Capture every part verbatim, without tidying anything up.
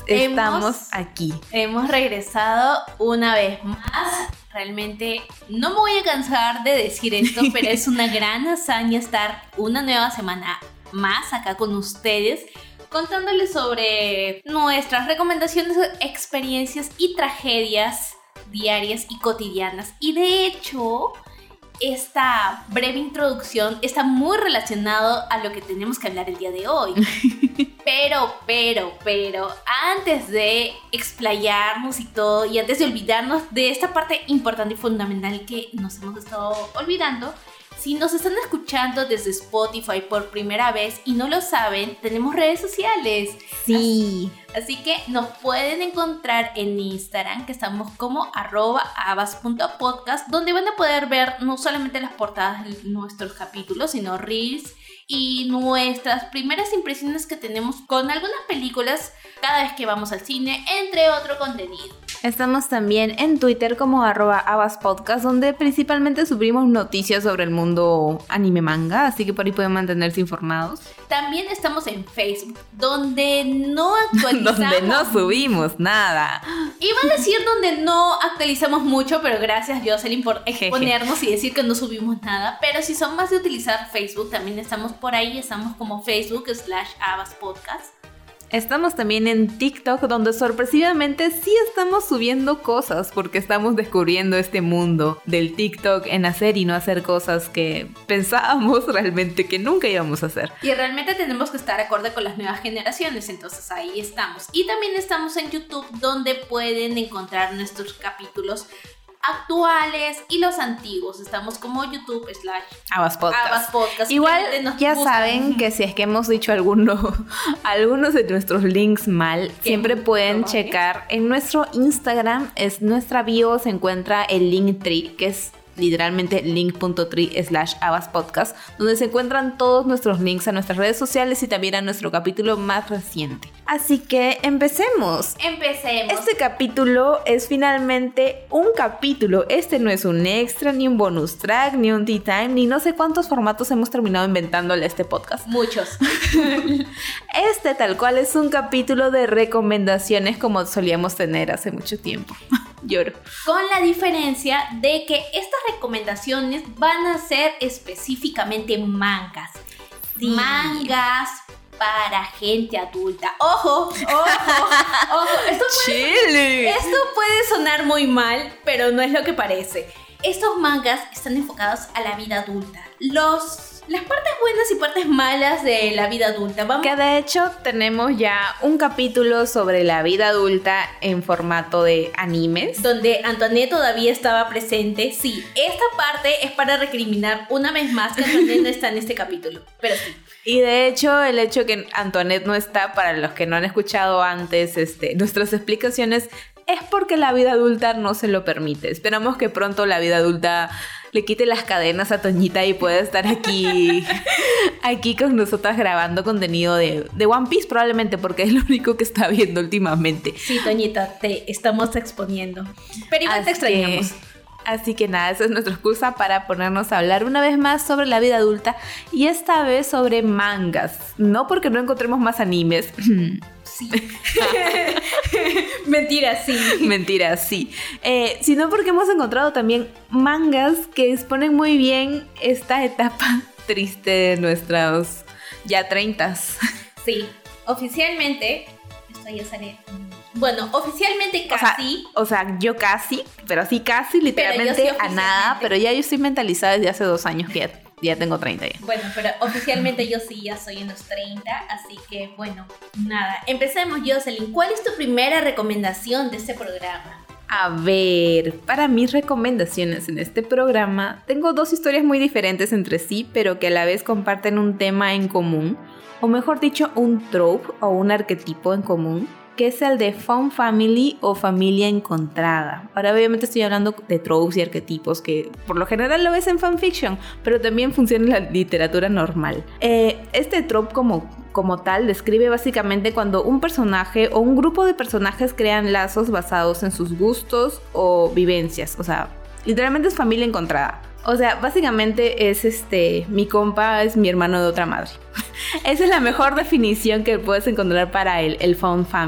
estamos hemos, aquí. Hemos regresado una vez más. Realmente no me voy a cansar de decir esto, pero es una gran hazaña estar una nueva semana más acá con ustedes, contándoles sobre nuestras recomendaciones, experiencias y tragedias diarias y cotidianas. Y de hecho, esta breve introducción está muy relacionado a lo que tenemos que hablar el día de hoy. Pero, pero, pero, antes de explayarnos y todo, y antes de olvidarnos de esta parte importante y fundamental que nos hemos estado olvidando, si nos están escuchando desde Spotify por primera vez y no lo saben, tenemos redes sociales. Sí. Así, así que nos pueden encontrar en Instagram, que estamos como arroba abas punto podcast, donde van a poder ver no solamente las portadas de nuestros capítulos, sino reels y nuestras primeras impresiones que tenemos con algunas películas cada vez que vamos al cine, entre otro contenido. Estamos también en Twitter como arroba abaspodcast, donde principalmente subimos noticias sobre el mundo anime manga, así que por ahí pueden mantenerse informados. También estamos en Facebook, donde no actualizamos. Donde no subimos nada. Iba a decir donde no actualizamos mucho, pero gracias Jocelyn por exponernos y decir que no subimos nada. Pero si son más de utilizar Facebook, también estamos por ahí, estamos como Facebook slash abaspodcast. Estamos también en TikTok, donde sorpresivamente sí estamos subiendo cosas, porque estamos descubriendo este mundo del TikTok en hacer y no hacer cosas que pensábamos realmente que nunca íbamos a hacer. Y realmente tenemos que estar acorde con las nuevas generaciones, entonces ahí estamos. Y también estamos en YouTube, donde pueden encontrar nuestros capítulos actuales y los antiguos. Estamos como YouTube slash Abas Podcast. Abas Podcast. Igual ya buscan. Saben que si es que hemos dicho alguno, algunos de nuestros links mal, siempre pueden checar en nuestro Instagram. Es nuestra bio, se encuentra el Linktree, que es literalmente link.tree slash abaspodcast, donde se encuentran todos nuestros links a nuestras redes sociales y también a nuestro capítulo más reciente. Así que empecemos. Empecemos. Este capítulo es finalmente un capítulo. Este no es un extra, ni un bonus track, ni un tea time, ni no sé cuántos formatos hemos terminado inventándole a este podcast. Muchos. Este tal cual es un capítulo de recomendaciones como solíamos tener hace mucho tiempo. Lloro. Con la diferencia de que estas recomendaciones van a ser específicamente mangas. Sí. Mangas para gente adulta. ¡Ojo! ¡Ojo! ¡Ojo! Esto puede, esto puede sonar muy mal, pero no es lo que parece. Estos mangas están enfocados a la vida adulta. Los... Las partes buenas y partes malas de la vida adulta. Vamos. Que de hecho tenemos ya un capítulo sobre la vida adulta en formato de animes, donde Antoinette todavía estaba presente. Sí, esta parte es para recriminar una vez más que Antoinette no está en este capítulo. Pero sí. Y de hecho el hecho que Antoinette no está, para los que no han escuchado antes este, nuestras explicaciones, es porque la vida adulta no se lo permite. Esperamos que pronto la vida adulta le quite las cadenas a Toñita y pueda estar aquí, aquí con nosotras grabando contenido de, de One Piece, probablemente, porque es lo único que está viendo últimamente. Sí, Toñita, te estamos exponiendo. Pero igual te extrañamos. Así que nada, esa es nuestra excusa para ponernos a hablar una vez más sobre la vida adulta, y esta vez sobre mangas. No porque no encontremos más animes. Sí. Mentira, sí. Mentira, sí. Eh, sino porque hemos encontrado también mangas que exponen muy bien esta etapa triste de nuestros ya treintas. Sí, oficialmente, esto ya sale... Bueno, oficialmente casi. O sea, o sea, yo casi, pero sí casi, literalmente sí a nada. Pero ya yo estoy mentalizada desde hace dos años que ya, ya tengo treinta ya. Bueno, pero oficialmente yo sí ya soy en los treinta, así que bueno, nada. Empecemos, Jocelyn. ¿Cuál es tu primera recomendación de este programa? A ver, para mis recomendaciones en este programa, tengo dos historias muy diferentes entre sí, pero que a la vez comparten un tema en común, o mejor dicho, un trope o un arquetipo en común, que es el de Found Family o familia encontrada. Ahora obviamente estoy hablando de tropes y arquetipos que por lo general lo ves en fanfiction, pero también funciona en la literatura normal. Eh, este trope como, como tal describe básicamente cuando un personaje o un grupo de personajes crean lazos basados en sus gustos o vivencias. O sea, literalmente es familia encontrada. O sea, básicamente es este, mi compa es mi hermano de otra madre. Esa es la mejor definición que puedes encontrar para el, el Found Family.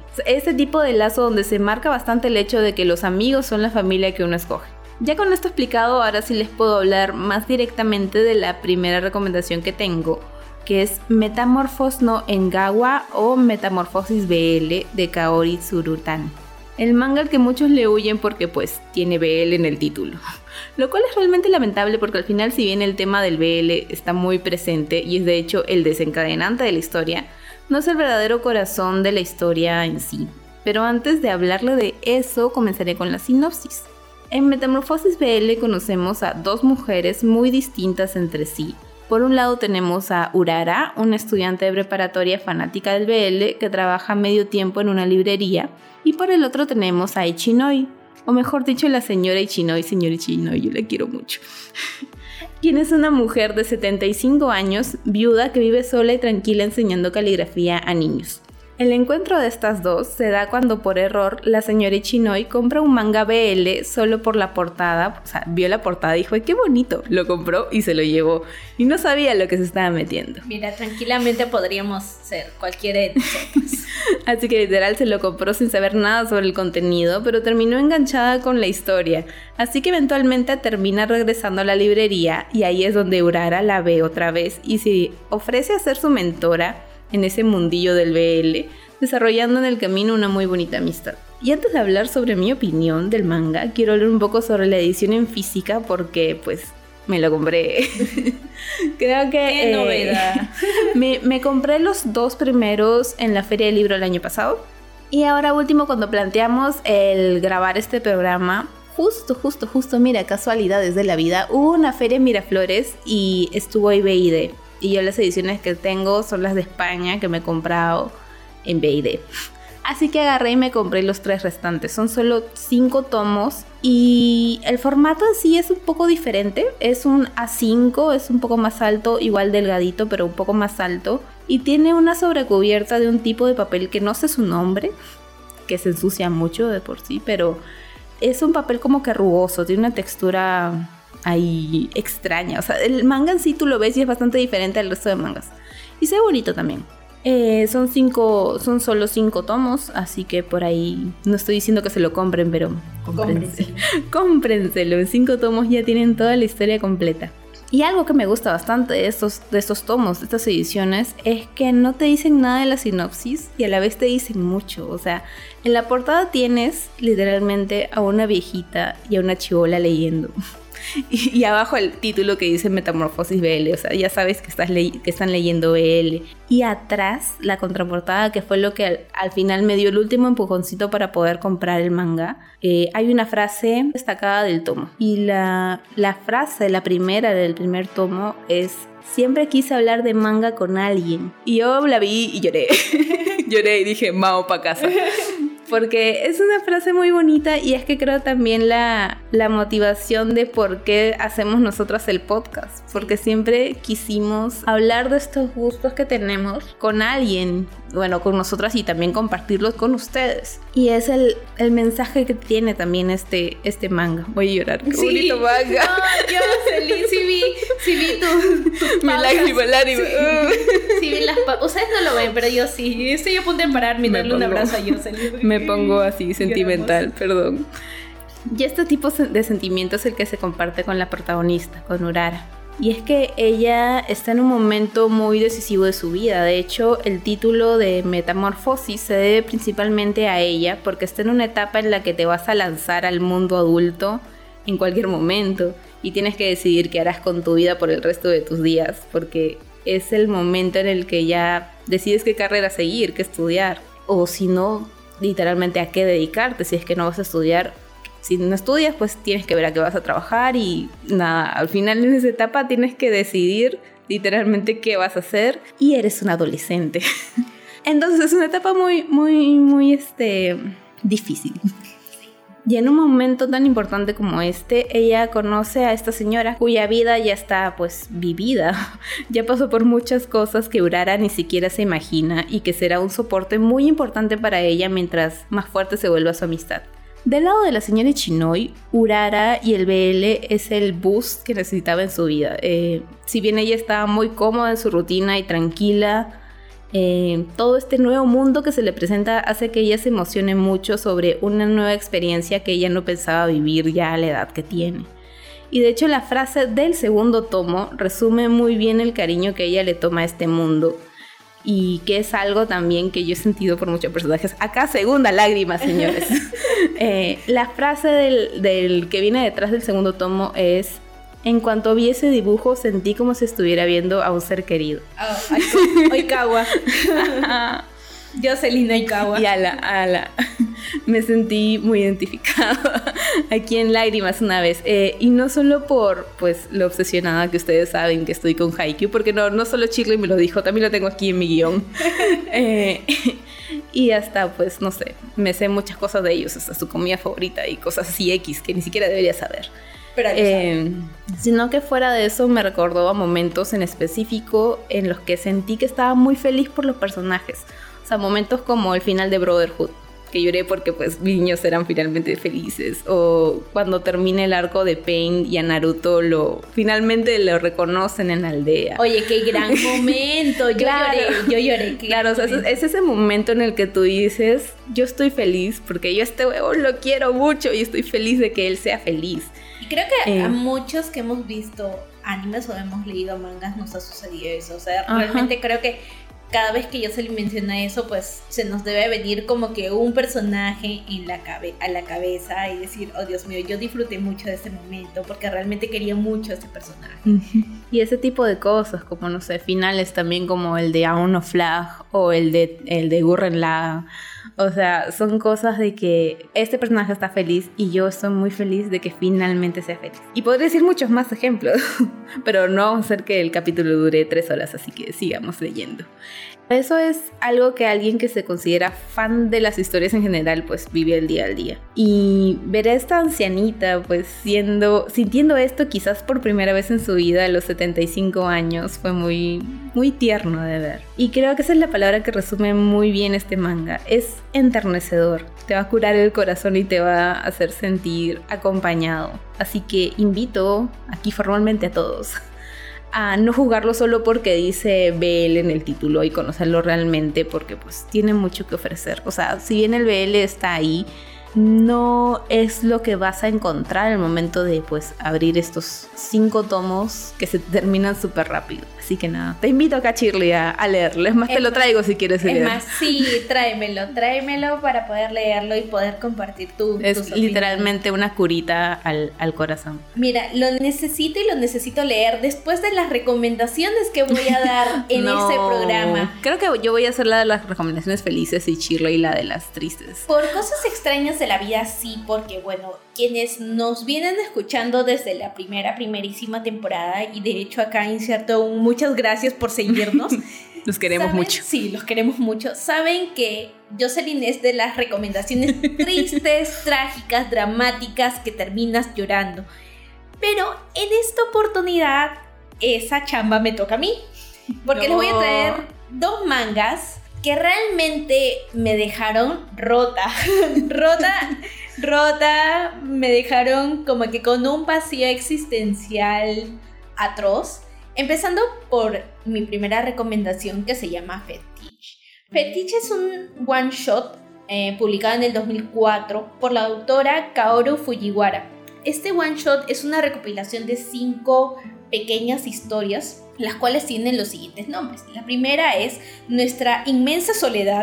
Ese tipo de lazo donde se marca bastante el hecho de que los amigos son la familia que uno escoge. Ya con esto explicado, ahora sí les puedo hablar más directamente de la primera recomendación que tengo, que es Metamorphos no Engawa o Metamorfosis B L de Kaori Tsurutani. El manga al que muchos le huyen porque pues tiene B L en el título. Lo cual es realmente lamentable porque al final, si bien el tema del B L está muy presente y es de hecho el desencadenante de la historia, no es el verdadero corazón de la historia en sí. Pero antes de hablarle de eso, comenzaré con la sinopsis. En Metamorfosis B L conocemos a dos mujeres muy distintas entre sí. Por un lado tenemos a Urara, una estudiante de preparatoria fanática del B L que trabaja medio tiempo en una librería, y por el otro tenemos a Ichinoi, o mejor dicho la señora Ichinoi, señora Ichinoi, yo la quiero mucho, quien es una mujer de setenta y cinco años, viuda que vive sola y tranquila enseñando caligrafía a niños. El encuentro de estas dos se da cuando por error la señora Ichinoi compra un manga B L solo por la portada, o sea, vio la portada y dijo, ¡qué bonito! Lo compró y se lo llevó y no sabía lo que se estaba metiendo. Mira, tranquilamente podríamos ser cualquiera de nosotros. Así que literal se lo compró sin saber nada sobre el contenido, pero terminó enganchada con la historia. Así que eventualmente termina regresando a la librería y ahí es donde Urara la ve otra vez y se ofrece a ser su mentora en ese mundillo del B L, desarrollando en el camino una muy bonita amistad. Y antes de hablar sobre mi opinión del manga, quiero hablar un poco sobre la edición en física porque pues me lo compré. Creo que... ¡Qué eh, novedad! me, me compré los dos primeros en la Feria del Libro el año pasado. Y ahora último, cuando planteamos el grabar este programa, justo, justo, justo, mira, casualidades de la vida, hubo una feria en Miraflores y estuvo ahí B I D. Y yo las ediciones que tengo son las de España que me he comprado en B I D. Así que agarré y me compré los tres restantes. Son solo cinco tomos y el formato en sí es un poco diferente. Es un A cinco, es un poco más alto, igual delgadito, pero un poco más alto. Y tiene una sobrecubierta de un tipo de papel que no sé su nombre, que se ensucia mucho de por sí, pero es un papel como que rugoso, tiene una textura ahí extraña. O sea, el manga en sí tú lo ves y es bastante diferente al resto de mangas. Y se ve bonito también. Eh, son cinco, son solo cinco tomos, así que por ahí no estoy diciendo que se lo compren, pero cómprenselo. Cómprenselo. En cinco tomos ya tienen toda la historia completa. Y algo que me gusta bastante de estos, de estos tomos, de estas ediciones, es que no te dicen nada de la sinopsis y a la vez te dicen mucho. O sea, en la portada tienes literalmente a una viejita y a una chibola leyendo. Y, y abajo el título que dice Metamorfosis B L, o sea, ya sabes que, estás le- que están leyendo B L. Y atrás, la contraportada, que fue lo que al, al final me dio el último empujoncito para poder comprar el manga, eh, hay una frase destacada del tomo. Y la, la frase, la primera del primer tomo es: siempre quise hablar de manga con alguien. Y yo la vi y lloré. Lloré y dije, vamos pa' casa. Porque es una frase muy bonita y es que creo también la, la motivación de por qué hacemos nosotras el podcast. Porque siempre quisimos hablar de estos gustos que tenemos con alguien, bueno, con nosotras y también compartirlos con ustedes. Y es el, el mensaje que tiene también este, este manga. Voy a llorar, qué sí. bonito manga. No, yo feliz, sí vi, sí vi tu, tu mi lágrima, lágrima. Sí, uh. sí vi las pa- ustedes no lo ven, pero yo sí. Estoy a punto de pararme y darle un abrazo a Jocelyn. Me pongo así sentimental, perdón. Y este tipo de sentimiento es el que se comparte con la protagonista, con Urara. Y es que ella está en un momento muy decisivo de su vida. De hecho, el título de Metamorfosis se debe principalmente a ella porque está en una etapa en la que te vas a lanzar al mundo adulto en cualquier momento y tienes que decidir qué harás con tu vida por el resto de tus días, porque es el momento en el que ya decides qué carrera seguir, qué estudiar, o si no, literalmente a qué dedicarte. Si es que no vas a estudiar, si no estudias, pues tienes que ver a qué vas a trabajar y nada, al final en esa etapa tienes que decidir literalmente qué vas a hacer y eres un adolescente. Entonces es una etapa muy, muy, muy este, difícil. Y en un momento tan importante como este, ella conoce a esta señora cuya vida ya está pues vivida. Ya pasó por muchas cosas que Urara ni siquiera se imagina y que será un soporte muy importante para ella mientras más fuerte se vuelva su amistad. Del lado de la señora Ichinoi, Urara y el B L es el boost que necesitaba en su vida. Eh, si bien ella estaba muy cómoda en su rutina y tranquila, Eh, todo este nuevo mundo que se le presenta hace que ella se emocione mucho sobre una nueva experiencia que ella no pensaba vivir ya a la edad que tiene. Y de hecho la frase del segundo tomo resume muy bien el cariño que ella le toma a este mundo, y que es algo también que yo he sentido por muchos personajes. Acá segunda lágrima, señores. eh, la frase del, del que viene detrás del segundo tomo es: en cuanto vi ese dibujo sentí como si estuviera viendo a un ser querido. Oh, Oikawa. Jocelyn Oikawa. Y ala, ala. Me sentí muy identificada aquí en lágrimas una vez. Eh, y no solo por pues lo obsesionada que ustedes saben que estoy con Haikyuu, porque no, no solo Shirley me lo dijo, también lo tengo aquí en mi guión. eh, y hasta pues no sé, me sé muchas cosas de ellos, hasta su comida favorita y cosas así X que ni siquiera debería saber. Pero eh, sino que fuera de eso me recordó a momentos en específico en los que sentí que estaba muy feliz por los personajes. O sea, momentos como el final de Brotherhood, que lloré porque pues mis niños eran finalmente felices, o cuando termina el arco de Pain y a Naruto lo finalmente lo reconocen en la aldea. Oye, qué gran momento. Yo Claro. lloré, yo lloré. Claro, o sea, es, es ese momento en el que tú dices, yo estoy feliz porque yo a este huevo lo quiero mucho y estoy feliz de que él sea feliz. Y creo que Eh. a muchos que hemos visto animes o hemos leído mangas nos ha sucedido eso. O sea, Ajá. realmente creo que cada vez que yo se le menciona eso, pues se nos debe venir como que un personaje en la cabe- a la cabeza y decir, oh Dios mío, yo disfruté mucho de este momento porque realmente quería mucho a este personaje. Y ese tipo de cosas, como no sé, finales también como el de Aon of Flag o el de, el de Gurren Lagann. O sea, son cosas de que este personaje está feliz y yo estoy muy feliz de que finalmente sea feliz. Y podría decir muchos más ejemplos, pero no vamos a hacer que el capítulo dure tres horas, así que sigamos leyendo. Eso es algo que alguien que se considera fan de las historias en general pues vive el día al día. Y ver a esta ancianita pues siendo, sintiendo esto quizás por primera vez en su vida a los setenta y cinco años fue muy, muy tierno de ver. Y creo que esa es la palabra que resume muy bien este manga. Es enternecedor. Te va a curar el corazón y te va a hacer sentir acompañado. Así que invito aquí formalmente a todos a no jugarlo solo porque dice B L en el título y conocerlo realmente, porque pues tiene mucho que ofrecer. O sea, si bien el B L está ahí, no es lo que vas a encontrar al momento de pues abrir estos cinco tomos que se terminan súper rápido. Así que nada, te invito acá, Shirley, a, a leerlo. Es más, Es te lo más- traigo si quieres Es leer. más, sí, tráemelo, tráemelo para poder leerlo y poder compartir tu, Es tus opiniones. literalmente una curita al, al corazón. Mira, lo necesito y lo necesito leer después de las recomendaciones que voy a dar en No, este programa. creo que yo voy a hacer la de las recomendaciones felices y Shirley la de las tristes. Por cosas extrañas de la vida, sí, porque bueno, quienes nos vienen escuchando desde la primera, primerísima temporada, y de hecho acá inserto un muchas gracias por seguirnos. Los queremos ¿Saben? mucho. Sí, los queremos mucho. Saben que Jocelyn es de las recomendaciones tristes, trágicas, dramáticas, que terminas llorando. Pero en esta oportunidad, esa chamba me toca a mí. Porque les voy a No. traer dos mangas que realmente me dejaron rota. rota, rota. Me dejaron como que con un vacío existencial atroz. Empezando por mi primera recomendación, que se llama Fetiche. Fetiche es un one shot eh, publicado en el dos mil cuatro por la autora Kaoru Fujiwara. Este one shot es una recopilación de cinco pequeñas historias, las cuales tienen los siguientes nombres. La primera es Nuestra inmensa soledad,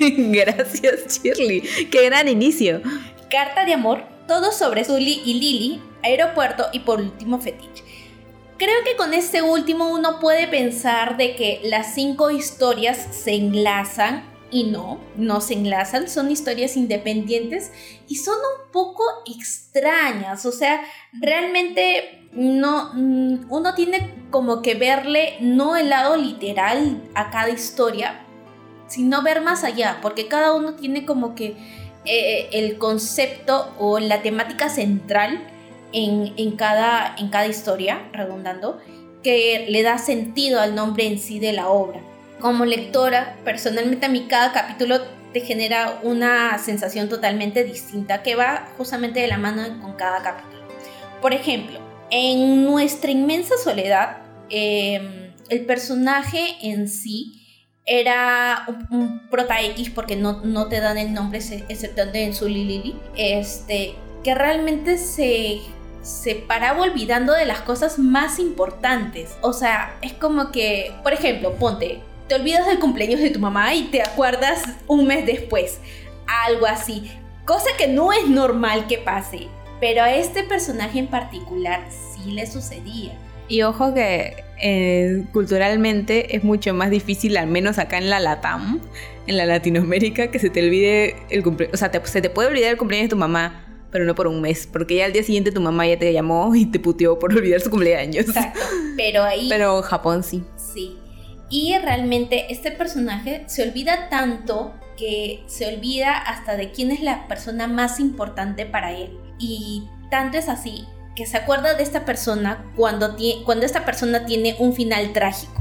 Gracias, Shirley. Qué gran inicio. Carta de amor, Todo sobre Sully y Lily, Aeropuerto y por último Fetiche. Creo que con este último uno puede pensar de que las cinco historias se enlazan, y no, no se enlazan, son historias independientes y son un poco extrañas. O sea, realmente no, uno tiene como que verle no el lado literal a cada historia, sino ver más allá, porque cada uno tiene como que eh, el concepto o la temática central En, en, cada, en cada historia, redundando, que le da sentido al nombre en sí de la obra. Como lectora, personalmente a mí cada capítulo te genera una sensación totalmente distinta que va justamente de la mano con cada capítulo. Por ejemplo, en Nuestra inmensa soledad, eh, el personaje en sí era un, un prota X, porque no, no te dan el nombre exceptuando en Sully Lily, este, que realmente se, se paraba olvidando de las cosas más importantes. O sea, es como que, por ejemplo, ponte, te olvidas del cumpleaños de tu mamá y te acuerdas un mes después, algo así, cosa que no es normal que pase, pero a este personaje en particular sí le sucedía. Y ojo que eh, culturalmente es mucho más difícil, al menos acá en la LATAM, en la Latinoamérica, que se te olvide el cumpleaños. O sea, te, se te puede olvidar el cumpleaños de tu mamá, pero no por un mes, porque ya al día siguiente tu mamá ya te llamó y te puteó por olvidar su cumpleaños. Exacto, pero ahí... Pero en Japón sí. Sí. Y realmente este personaje se olvida tanto que se olvida hasta de quién es la persona más importante para él. Y tanto es así que se acuerda de esta persona cuando, tie- cuando esta persona tiene un final trágico.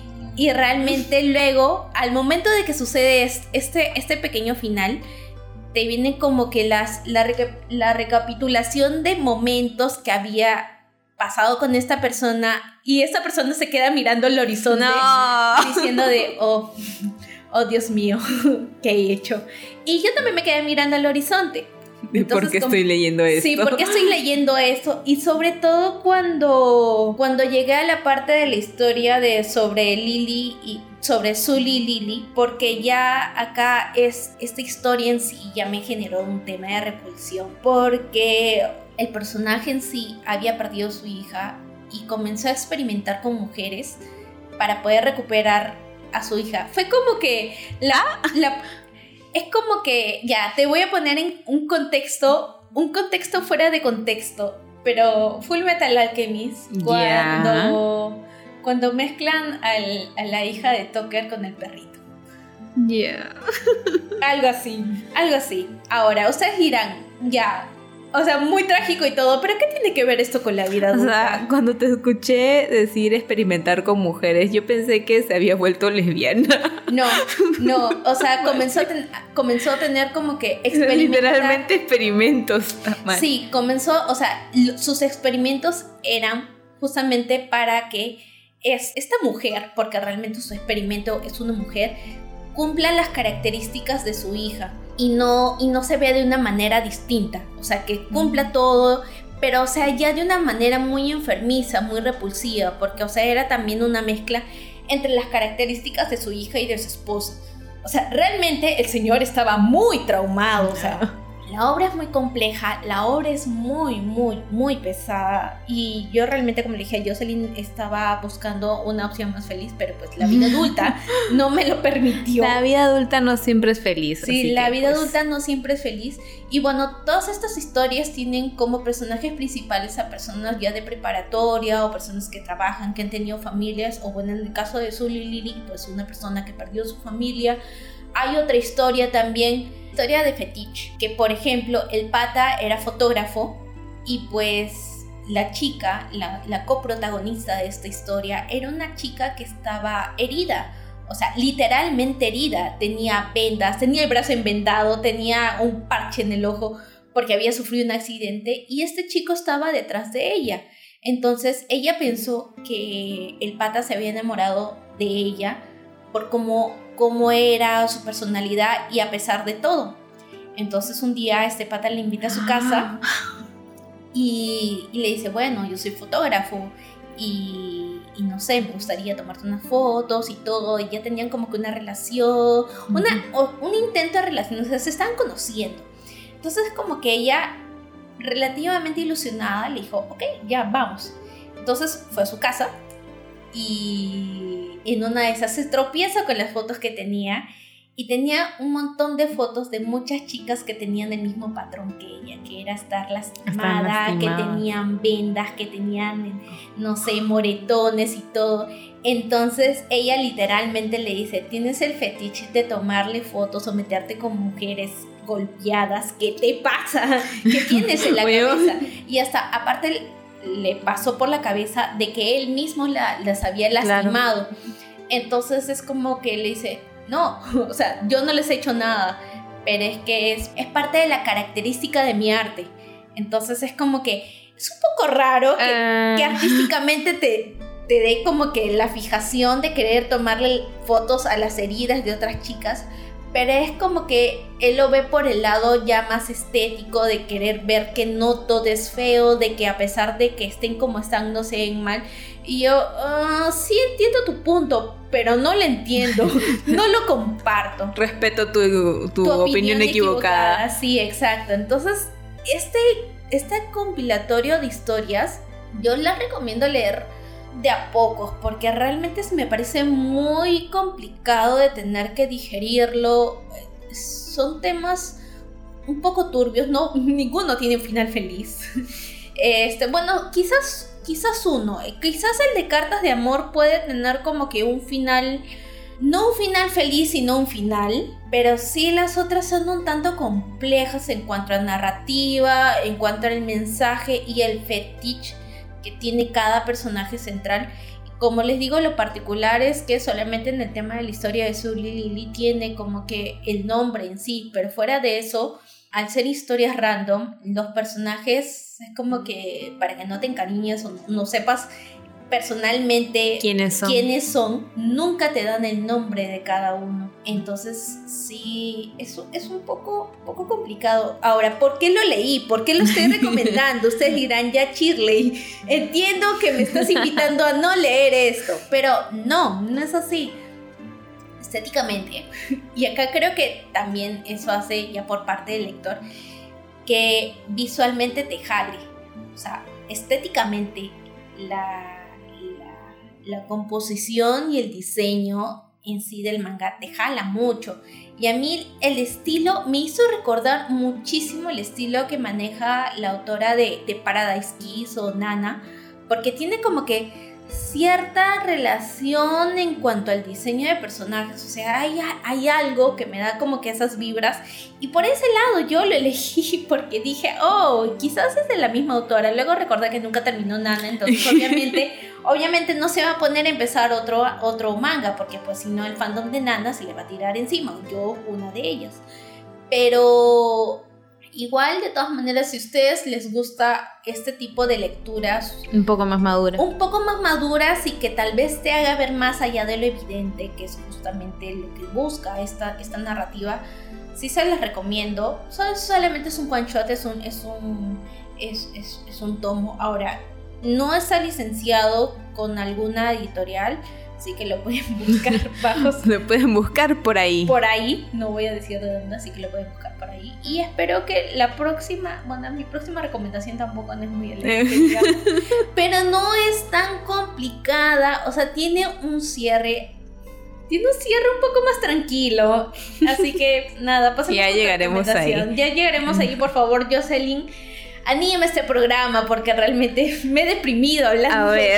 Y realmente luego, al momento de que sucede este, este pequeño final, te viene como que las, la, reca- la recapitulación de momentos que había pasado con esta persona, y esta persona se queda mirando el horizonte, no. diciendo de, oh, oh Dios mío, ¿qué he hecho? Y yo también me quedé mirando el horizonte. Entonces, ¿por qué como, estoy leyendo esto? Sí, porque estoy leyendo esto. Y sobre todo cuando, cuando llegué a la parte de la historia de sobre Lily y sobre Sully y Lily, porque ya acá es esta historia en sí ya me generó un tema de repulsión, porque el personaje en sí había perdido a su hija y comenzó a experimentar con mujeres para poder recuperar a su hija. Fue como que la... la Es como que, ya, te voy a poner en un contexto, un contexto fuera de contexto, pero Full Metal Alchemist, cuando, yeah. cuando mezclan al, a la hija de Tucker con el perrito. Ya. Yeah. Algo así, algo así. Ahora, ustedes dirán, ya, o sea, muy trágico y todo, pero ¿qué tiene que ver esto con la vida adulta? O sea, cuando te escuché decir experimentar con mujeres, yo pensé que se había vuelto lesbiana. No, no, o sea, comenzó a, ten- comenzó a tener como que experimentar. Literalmente experimentos. Sí, comenzó, o sea, l- sus experimentos eran justamente para que es, esta mujer, porque realmente su experimento es una mujer, cumpla las características de su hija y no, y no se vea de una manera distinta, o sea, que cumpla todo, pero o sea, ya de una manera muy enfermiza, muy repulsiva, porque o sea, era también una mezcla entre las características de su hija y de su esposa. O sea, realmente el señor estaba muy traumado, o sea, la obra es muy compleja, la obra es muy, muy, muy pesada, y yo realmente, como le dije a Jocelyn, estaba buscando una opción más feliz, pero pues la vida adulta no me lo permitió. La vida adulta no siempre es feliz. Sí, la que, vida pues... adulta no siempre es feliz, y bueno, todas estas historias tienen como personajes principales a personas ya de preparatoria o personas que trabajan, que han tenido familias, o bueno, en el caso de Sully y Lily, pues una persona que perdió su familia. Hay otra historia también, historia de fetiche, que por ejemplo el pata era fotógrafo y pues la chica, la, la coprotagonista de esta historia, era una chica que estaba herida, o sea, literalmente herida, tenía vendas, tenía el brazo envendado, tenía un parche en el ojo porque había sufrido un accidente y este chico estaba detrás de ella. Entonces ella pensó que el pata se había enamorado de ella por cómo, cómo era su personalidad y a pesar de todo. Entonces un día este pata le invita a su casa y, y le dice, bueno, yo soy fotógrafo y, y no sé, me gustaría tomarte unas fotos y todo. Y ya tenían como que una relación, una, o, un intento de relación, o sea, se estaban conociendo. Entonces como que ella, relativamente ilusionada, le dijo, ok, ya, vamos. Entonces fue a su casa y en una de esas se tropieza con las fotos que tenía y tenía un montón de fotos de muchas chicas que tenían el mismo patrón que ella, que era estar lastimada, que tenían vendas, que tenían, no sé, moretones y todo. Entonces ella literalmente le dice, tienes el fetiche de tomarle fotos o meterte con mujeres golpeadas, ¿qué te pasa? ¿Qué tienes en la cabeza? Y hasta aparte le pasó por la cabeza de que él mismo la, las había lastimado. Claro. Entonces es como que le dice, no, o sea, yo no les he hecho nada, pero es que es, es parte de la característica de mi arte. Entonces es como que es un poco raro que, uh... que artísticamente te, te dé como que la fijación de querer tomarle fotos a las heridas de otras chicas, pero es como que él lo ve por el lado ya más estético, de querer ver que no todo es feo, de que a pesar de que estén como están, no se ven mal. Y yo, uh, sí entiendo tu punto, pero no lo entiendo, no lo comparto. Respeto tu, tu, tu opinión, opinión equivocada. equivocada. Sí, exacto. Entonces, este, este compilatorio de historias, yo las recomiendo leer de a pocos, porque realmente me parece muy complicado de tener que digerirlo. Son temas un poco turbios, no, ninguno tiene un final feliz. Este, bueno, quizás, quizás uno, quizás el de Cartas de Amor puede tener como que un final, no un final feliz, sino un final, pero sí las otras son un tanto complejas en cuanto a narrativa, en cuanto al mensaje y el fetiche que tiene cada personaje central. Como les digo, lo particular es que solamente en el tema de la historia de Sully Lily tiene como que el nombre en sí, pero fuera de eso, al ser historias random, los personajes es como que para que no te encariñes o no sepas personalmente quiénes son. quiénes son, nunca te dan el nombre de cada uno. Entonces sí, eso es un poco, poco complicado. Ahora, ¿por qué lo leí? ¿Por qué lo estoy recomendando? Ustedes dirán, ya Shirley, entiendo que me estás invitando a no leer esto, pero no, no es así. Estéticamente, y acá creo que también eso hace ya por parte del lector, que visualmente te jale. O sea, estéticamente la La composición y el diseño en sí del manga te jala mucho. Y a mí el estilo me hizo recordar muchísimo el estilo que maneja la autora de, de Paradise Kiss o Nana, porque tiene como que cierta relación en cuanto al diseño de personajes. O sea, hay, hay algo que me da como que esas vibras, y por ese lado yo lo elegí porque dije, oh, quizás es de la misma autora. Luego recordé que nunca terminó Nana, entonces obviamente obviamente no se va a poner a empezar otro, otro manga, porque pues si no el fandom de Nana se le va a tirar encima, yo una de ellas. Pero igual, de todas maneras, si a ustedes les gusta este tipo de lecturas un poco más maduras, un poco más maduras y que tal vez te haga ver más allá de lo evidente, que es justamente lo que busca esta, esta narrativa, sí se les recomiendo. Sol, solamente es un one shot, es un, es un, es, es, es un tomo. Ahora, no está licenciado con alguna editorial, así que lo pueden buscar bajo. Lo pueden buscar por ahí. Por ahí, no voy a decir de dónde, así que lo pueden buscar por ahí. Y espero que la próxima, bueno, mi próxima recomendación tampoco no es muy elegante, pero no es tan complicada. O sea, tiene un cierre, tiene un cierre un poco más tranquilo. Así que nada, pasemos ya llegaremos ahí. Ya llegaremos ahí, por favor, Jocelyn. Anímame este programa porque realmente me he deprimido hablando. A ver.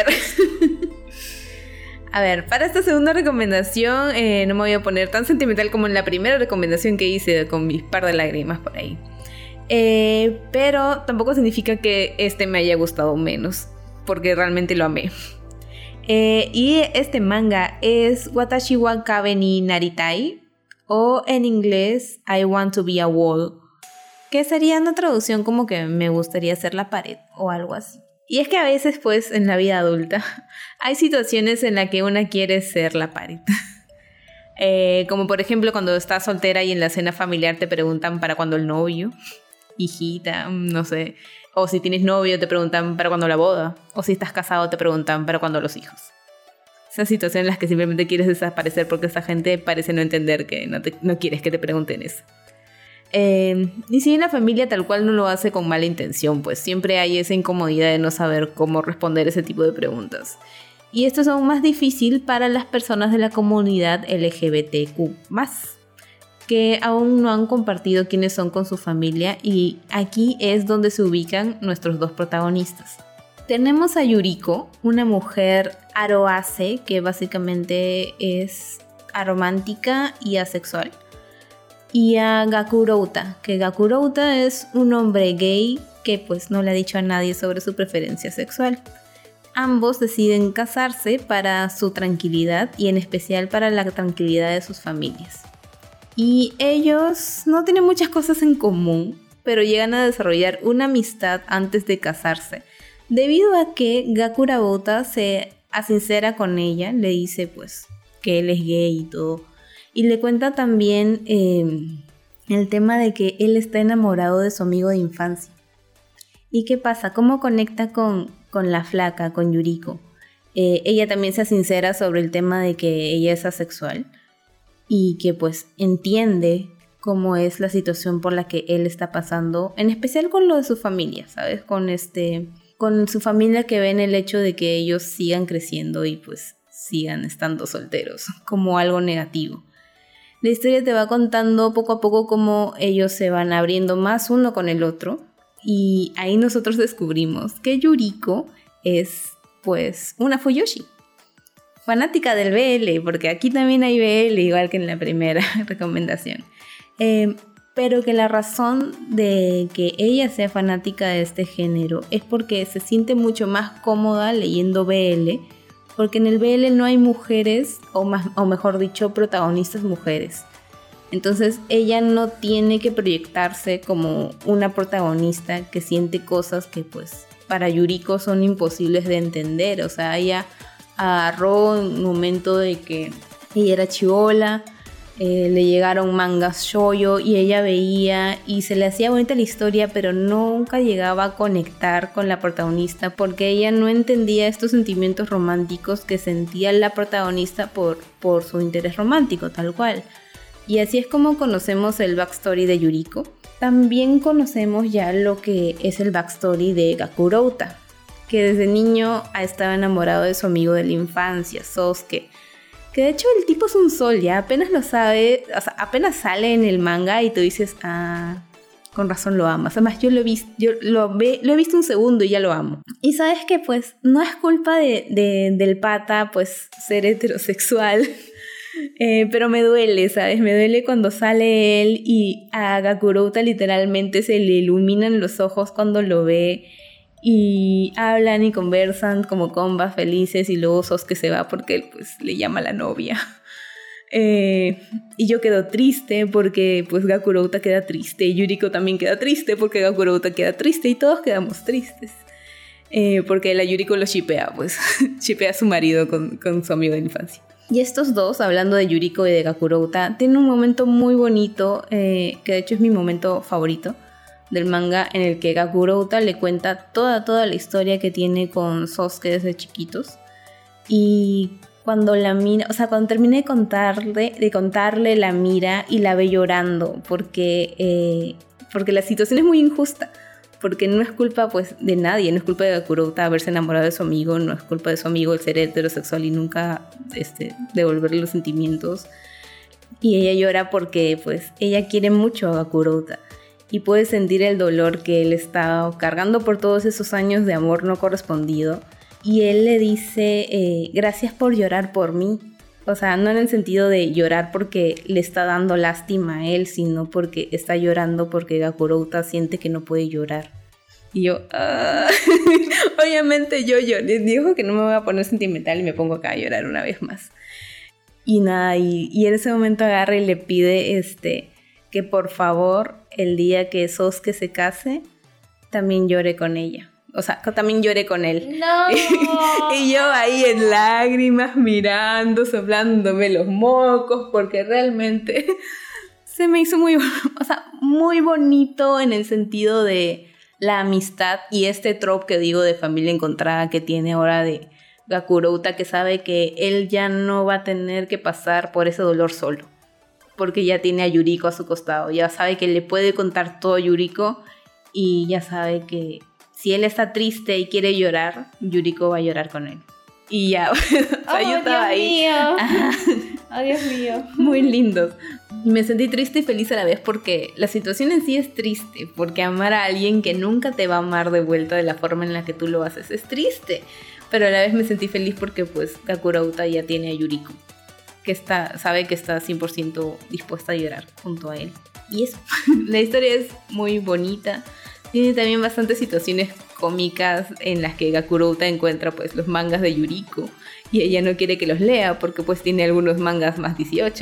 A ver, para esta segunda recomendación eh, no me voy a poner tan sentimental como en la primera recomendación que hice con mis par de lágrimas por ahí. Eh, pero tampoco significa que este me haya gustado menos, porque realmente lo amé. Eh, y este manga es Watashi wa Kabe ni Naritai, o en inglés I Want to Be a Wall, que sería una traducción como que me gustaría ser la pared o algo así. Y es que a veces, pues, en la vida adulta hay situaciones en las que una quiere ser la pared. eh, como por ejemplo cuando estás soltera y en la cena familiar te preguntan para cuándo el novio, hijita, no sé. O si tienes novio te preguntan para cuándo la boda. O si estás casado te preguntan para cuándo los hijos. Esas situaciones en las que simplemente quieres desaparecer porque esa gente parece no entender que no, te, no quieres que te pregunten eso. Eh, y si bien la familia tal cual no lo hace con mala intención, pues siempre hay esa incomodidad de no saber cómo responder ese tipo de preguntas. Y esto es aún más difícil para las personas de la comunidad L G B T Q más, que aún no han compartido quiénes son con su familia, y aquí es donde se ubican nuestros dos protagonistas. Tenemos a Yuriko, una mujer aroase que básicamente es aromántica y asexual. Y a Gakurouta, que Gakurouta es un hombre gay que pues no le ha dicho a nadie sobre su preferencia sexual. Ambos deciden casarse para su tranquilidad y en especial para la tranquilidad de sus familias. Y ellos no tienen muchas cosas en común, pero llegan a desarrollar una amistad antes de casarse, debido a que Gakurouta se asincera con ella, le dice pues que él es gay y todo. Y le cuenta también eh, el tema de que él está enamorado de su amigo de infancia. ¿Y qué pasa? ¿Cómo conecta con, con la flaca, con Yuriko? Eh, ella también se sincera sobre el tema de que ella es asexual y que pues entiende cómo es la situación por la que él está pasando, en especial con lo de su familia, ¿sabes? Con, este, con su familia, que ven el hecho de que ellos sigan creciendo y pues sigan estando solteros como algo negativo. La historia te va contando poco a poco cómo ellos se van abriendo más uno con el otro, y ahí nosotros descubrimos que Yuriko es pues una fuyoshi, fanática del B L, porque aquí también hay B L, igual que en la primera recomendación. Eh, pero que la razón de que ella sea fanática de este género es porque se siente mucho más cómoda leyendo B L, porque en el B L no hay mujeres, o, más, o mejor dicho, protagonistas mujeres. Entonces ella no tiene que proyectarse como una protagonista que siente cosas que pues para Yuriko son imposibles de entender. O sea, ella agarró un momento de que ella era chibola, eh, le llegaron mangas shoujo y ella veía y se le hacía bonita la historia, pero nunca llegaba a conectar con la protagonista porque ella no entendía estos sentimientos románticos que sentía la protagonista por, por su interés romántico, tal cual. Y así es como conocemos el backstory de Yuriko. También conocemos ya lo que es el backstory de Gakurouta, que desde niño ha estado enamorado de su amigo de la infancia, Sosuke. Que de hecho el tipo es un sol, ya apenas lo sabe, o sea, apenas sale en el manga y tú dices, ah, con razón lo amas. Además yo lo he visto, yo lo, ve, lo he visto un segundo y ya lo amo. Y sabes que pues no es culpa de, de, del pata pues ser heterosexual. Eh, pero me duele, ¿sabes? Me duele cuando sale él y a Gakurouta literalmente se le iluminan los ojos cuando lo ve y hablan y conversan como combas felices, y luego Sosuke se va porque él pues le llama a la novia. Eh, y yo quedo triste porque pues Gakurouta queda triste y Yuriko también queda triste porque Gakurouta queda triste y todos quedamos tristes. Eh, porque la Yuriko lo shippea, pues shippea a su marido con, con su amigo de la infancia. Y estos dos, hablando de Yuriko y de Gakurouta, tienen un momento muy bonito, eh, que de hecho es mi momento favorito del manga, en el que Gakurouta le cuenta toda, toda la historia que tiene con Sosuke desde chiquitos. Y cuando la mira, o sea, cuando termina de contarle, de contarle, la mira y la ve llorando, porque, eh, porque la situación es muy injusta. Porque no es culpa pues de nadie, no es culpa de Gakurouta haberse enamorado de su amigo, no es culpa de su amigo el ser heterosexual y nunca este, devolverle los sentimientos. Y ella llora porque pues ella quiere mucho a Gakurouta y puede sentir el dolor que él está cargando por todos esos años de amor no correspondido. Y él le dice, eh, gracias por llorar por mí. O sea, no en el sentido de llorar porque le está dando lástima a él, sino porque está llorando porque Gakurouta siente que no puede llorar. Y yo, ah. Obviamente yo lloré, dijo que no me voy a poner sentimental y me pongo acá a llorar una vez más. Y nada, y, y en ese momento agarra y le pide este, que por favor el día que Sosuke se case, también llore con ella. O sea, también lloré con él. ¡No! Y yo ahí en lágrimas, mirando, soplándome los mocos, porque realmente se me hizo muy, o sea, muy bonito en el sentido de la amistad y este trope que digo de familia encontrada que tiene ahora de Gakurouta, que sabe que él ya no va a tener que pasar por ese dolor solo, porque ya tiene a Yuriko a su costado, ya sabe que le puede contar todo a Yuriko y ya sabe que si él está triste y quiere llorar, Yuriko va a llorar con él. Y ya, o sea, oh, yo estaba Dios ahí. Mío. Oh, Dios mío. Muy lindos. Y me sentí triste y feliz a la vez porque la situación en sí es triste, porque amar a alguien que nunca te va a amar de vuelta de la forma en la que tú lo haces es triste. Pero a la vez me sentí feliz porque pues Gakurouta ya tiene a Yuriko, que está, sabe que está cien por ciento dispuesta a llorar junto a él. Y eso, la historia es muy bonita. Tiene también bastantes situaciones cómicas en las que Gakurouta encuentra pues los mangas de Yuriko y ella no quiere que los lea porque pues tiene algunos mangas más dieciocho.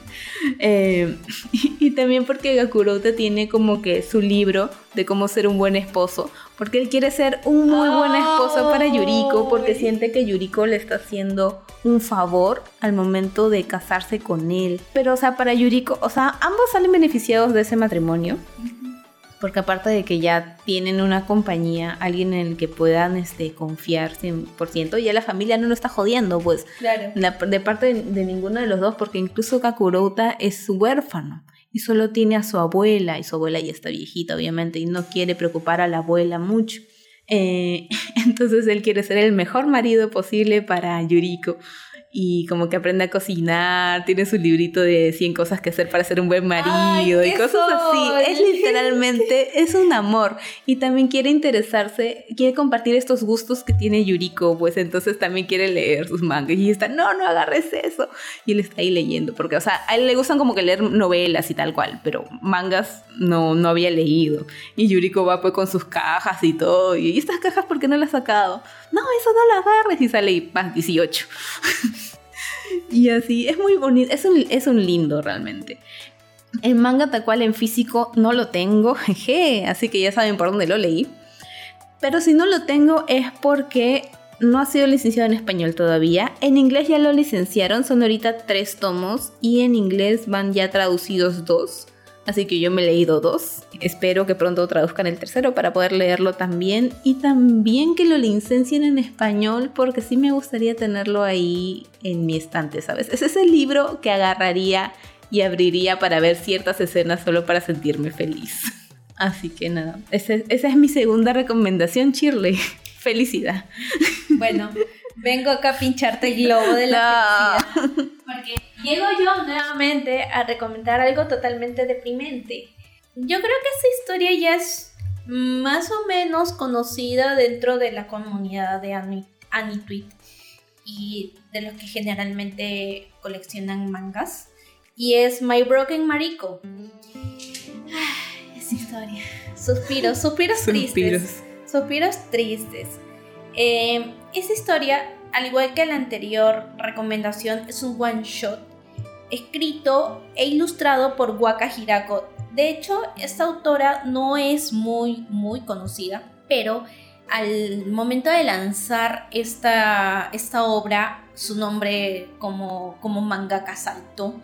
eh, y, y también porque Gakurouta tiene como que su libro de cómo ser un buen esposo, porque él quiere ser un muy buen esposo para Yuriko porque siente que Yuriko le está haciendo un favor al momento de casarse con él. Pero o sea, para Yuriko, o sea, ambos salen beneficiados de ese matrimonio. Porque aparte de que ya tienen una compañía, alguien en el que puedan este, confiar cien por ciento, ya la familia no lo está jodiendo, pues. Claro. La, de parte de, de ninguno de los dos, porque incluso Gakurouta es huérfano y solo tiene a su abuela, y su abuela ya está viejita, obviamente, y no quiere preocupar a la abuela mucho. Eh, entonces él quiere ser el mejor marido posible para Yuriko. Y como que aprende a cocinar, tiene su librito de cien cosas que hacer para ser un buen marido. Ay, y cosas soy. Así. Es literalmente, es un amor. Y también quiere interesarse, quiere compartir estos gustos que tiene Yuriko, pues entonces también quiere leer sus mangas. Y está, no, no agarres eso. Y él está ahí leyendo, porque, o sea, a él le gustan como que leer novelas y tal cual, pero mangas no, no había leído. Y Yuriko va pues con sus cajas y todo. Y, ¿y estas cajas por qué no las has sacado? No, eso no lo agarres. Y sale y más dieciocho. Y así, es muy bonito, es un, es un lindo realmente. El manga tal cual en físico no lo tengo, jeje, así que ya saben por dónde lo leí. Pero si no lo tengo es porque no ha sido licenciado en español todavía. En inglés ya lo licenciaron, son ahorita tres tomos y en inglés van ya traducidos dos. Así que yo me he leído dos. Espero que pronto traduzcan el tercero para poder leerlo también. Y también que lo licencien en español porque sí me gustaría tenerlo ahí en mi estante, ¿sabes? Ese es el libro que agarraría y abriría para ver ciertas escenas solo para sentirme feliz. Así que nada, esa es, esa es mi segunda recomendación, Shirley. Felicidad. Bueno, vengo acá a pincharte el globo de la no. felicidad. Porque llego yo nuevamente a recomendar algo totalmente deprimente. Yo creo que esta historia ya es más o menos conocida dentro de la comunidad de Anitweet y de los que generalmente coleccionan mangas. Y es My Broken Mariko. Esa historia. Suspiros, suspiros tristes. Suspiros. Suspiros tristes. Eh, esa historia, al igual que la anterior recomendación, es un one shot escrito e ilustrado por Waka Hirako. De hecho, esta autora no es muy, muy conocida, pero al momento de lanzar esta, esta obra, su nombre como, como mangaka saltó.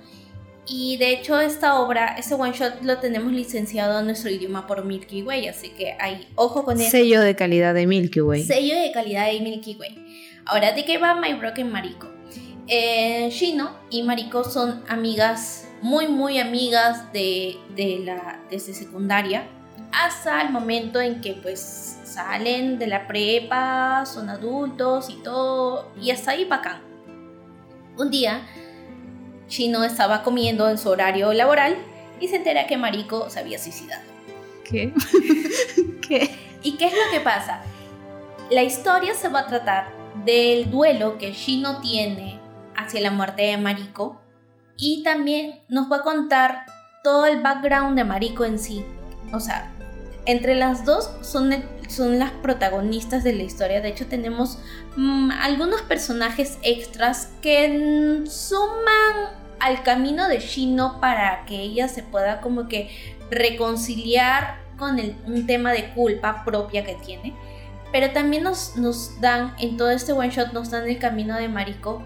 Y de hecho esta obra, este one shot lo tenemos licenciado en nuestro idioma por Milky Way, así que hay ojo con eso. Sello de calidad de Milky Way. Sello de calidad de Milky Way. Ahora, ¿de qué va My Broken Mariko? Eh, Shino y Mariko son amigas, muy muy amigas de, de la, desde secundaria hasta el momento en que pues salen de la prepa, son adultos y todo, y hasta ahí bacán. Un día Shino estaba comiendo en su horario laboral y se entera que Mariko se había suicidado. ¿Qué? ¿Qué? ¿Y qué es lo que pasa? La historia se va a tratar del duelo que Shino tiene hacia la muerte de Mariko y también nos va a contar todo el background de Mariko en sí. O sea, entre las dos son, son las protagonistas de la historia. De hecho, tenemos mmm, algunos personajes extras que suman al camino de Shino para que ella se pueda como que reconciliar con el, un tema de culpa propia que tiene. Pero también nos, nos dan, en todo este one shot, nos dan el camino de Mariko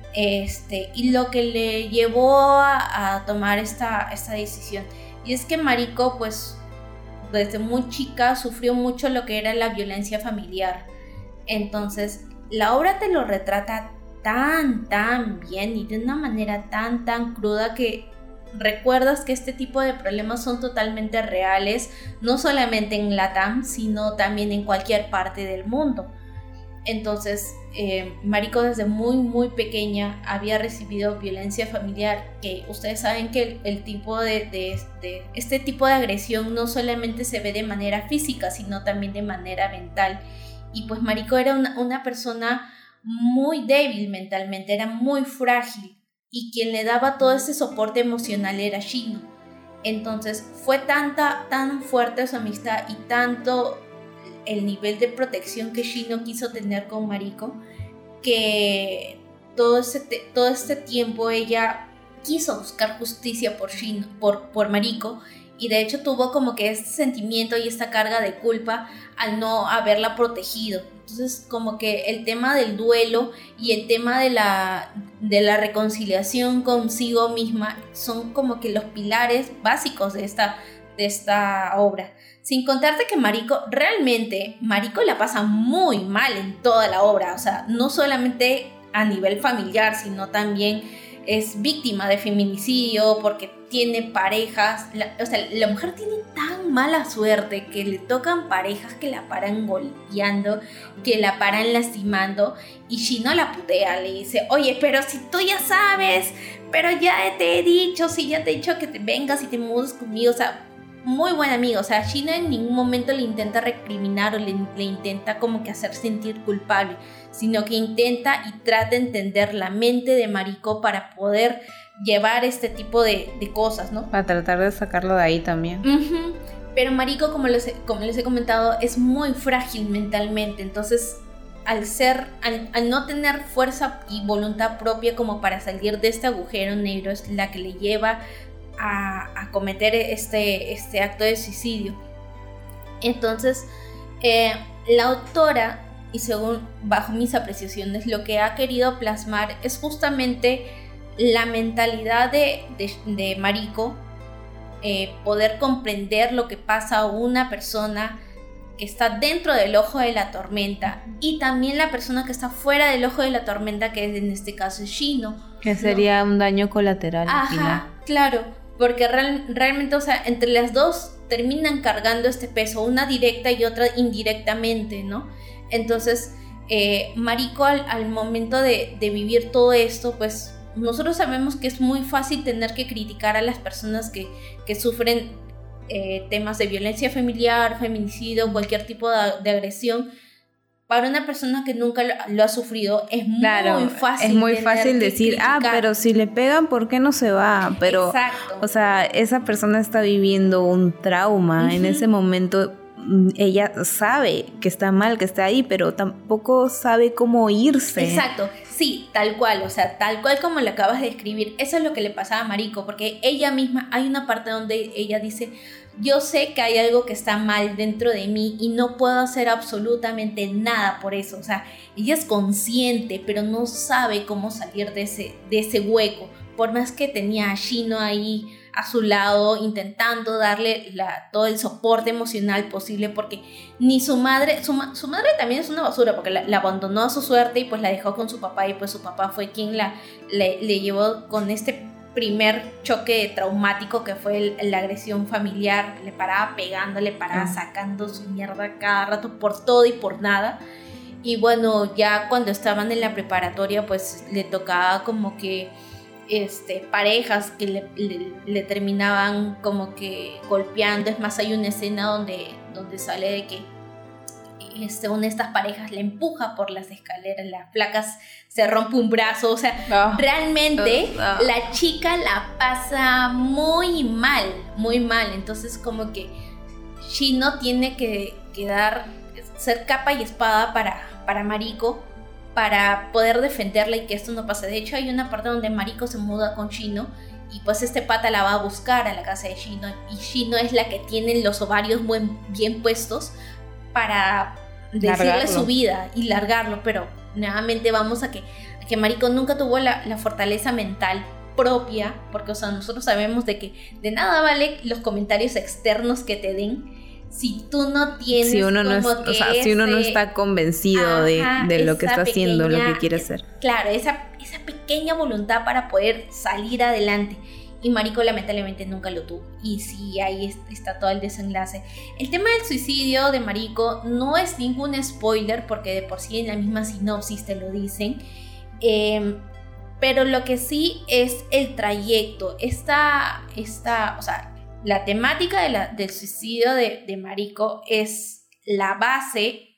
este, y lo que le llevó a, a tomar esta, esta decisión. Y es que Mariko, pues, desde muy chica sufrió mucho lo que era la violencia familiar. Entonces, la obra te lo retrata tan, tan bien y de una manera tan, tan cruda que recuerdas que este tipo de problemas son totalmente reales, no solamente en Latam, sino también en cualquier parte del mundo. Entonces, eh, Mariko desde muy, muy pequeña había recibido violencia familiar, que ustedes saben que el, el tipo de, de, de este tipo de agresión no solamente se ve de manera física, sino también de manera mental. Y pues Mariko era una, una persona muy débil mentalmente, era muy frágil, y quien le daba todo ese soporte emocional era Shino. Entonces fue tanta, tan fuerte su amistad y tanto el nivel de protección que Shino quiso tener con Mariko, que todo este, todo este tiempo ella quiso buscar justicia por, Shino, por, por Mariko, y de hecho tuvo como que este sentimiento y esta carga de culpa al no haberla protegido. Entonces como que el tema del duelo y el tema de la, de la reconciliación consigo misma son como que los pilares básicos de esta, de esta obra. Sin contarte que Mariko, realmente Mariko la pasa muy mal en toda la obra, o sea, no solamente a nivel familiar, sino también es víctima de feminicidio porque tiene parejas, la, o sea, la mujer tiene tan mala suerte que le tocan parejas que la paran golpeando, que la paran lastimando, y Shino la putea, le dice, oye, pero si tú ya sabes, pero ya te he dicho, si ya te he dicho que te vengas y te mudes conmigo, o sea, muy buen amigo, o sea, Shino en ningún momento le intenta recriminar o le, le intenta como que hacer sentir culpable, sino que intenta y trata de entender la mente de Mariko para poder llevar este tipo de, de cosas, ¿no? Para tratar de sacarlo de ahí también. Uh-huh. Pero Mariko, como les, como les he comentado, es muy frágil mentalmente, entonces al ser, al, al no tener fuerza y voluntad propia como para salir de este agujero negro, es la que le lleva a, a cometer este, este acto de suicidio. Entonces, eh, la autora, y según bajo mis apreciaciones, lo que ha querido plasmar es justamente la mentalidad de, de, de Mariko, eh, poder comprender lo que pasa a una persona que está dentro del ojo de la tormenta, y también la persona que está fuera del ojo de la tormenta, que en este caso es Shino. Que sería ¿no? un daño colateral. Ajá, al final. Claro, porque real, realmente, o sea, entre las dos terminan cargando este peso, una directa y otra indirectamente, ¿no? Entonces, eh, Mariko al, al momento de, de vivir todo esto, pues nosotros sabemos que es muy fácil tener que criticar a las personas que, que sufren eh, temas de violencia familiar, feminicidio, cualquier tipo de, de agresión. Para una persona que nunca lo, lo ha sufrido es claro, muy fácil. Es muy fácil decir, criticar. ah, pero si le pegan, ¿por qué no se va? Pero, exacto. O sea, esa persona está viviendo un trauma. Uh-huh. En ese momento ella sabe que está mal, que está ahí, pero tampoco sabe cómo irse. Exacto, sí, tal cual, o sea, tal cual como lo acabas de describir. Eso es lo que le pasaba a Mariko, porque ella misma, hay una parte donde ella dice, yo sé que hay algo que está mal dentro de mí y no puedo hacer absolutamente nada por eso. O sea, ella es consciente, pero no sabe cómo salir de ese, de ese hueco, por más que tenía a Shino ahí a su lado intentando darle la, todo el soporte emocional posible, porque ni su madre, su, su madre también es una basura, porque la, la abandonó a su suerte y pues la dejó con su papá, y pues su papá fue quien la, le, le llevó con este primer choque traumático que fue el, la agresión familiar. Le paraba pegando, le paraba uh-huh. sacando su mierda cada rato por todo y por nada. Y bueno, ya cuando estaban en la preparatoria pues le tocaba como que Este, parejas que le, le, le terminaban como que golpeando. Es más, hay una escena donde, donde sale de que este, una de estas parejas le empuja por las escaleras, las placas, se rompe un brazo, o sea, no, realmente no, no. la chica la pasa muy mal, muy mal. Entonces como que Shino tiene que, que dar, ser capa y espada para, para Mariko, para poder defenderla y que esto no pase. De hecho, hay una parte donde Mariko se muda con Shino y pues este pata la va a buscar a la casa de Shino, y Shino es la que tiene los ovarios buen, bien puestos para decirle largarlo. Su vida y largarlo. Pero nuevamente vamos a que, a que Mariko nunca tuvo la, la fortaleza mental propia, porque o sea, nosotros sabemos de que de nada vale los comentarios externos que te den si tú no tienes si uno no es, como que o sea, ese, si uno no está convencido ajá, de, de lo que está pequeña, haciendo, lo que quiere hacer. Claro, esa, esa pequeña voluntad para poder salir adelante. Y Mariko lamentablemente nunca lo tuvo. Y sí, ahí está todo el desenlace. El tema del suicidio de Mariko no es ningún spoiler, porque de por sí en la misma sinopsis te lo dicen. Eh, pero lo que sí es el trayecto. Esta, esta, o sea, la temática de la, del suicidio de, de Mariko es la base,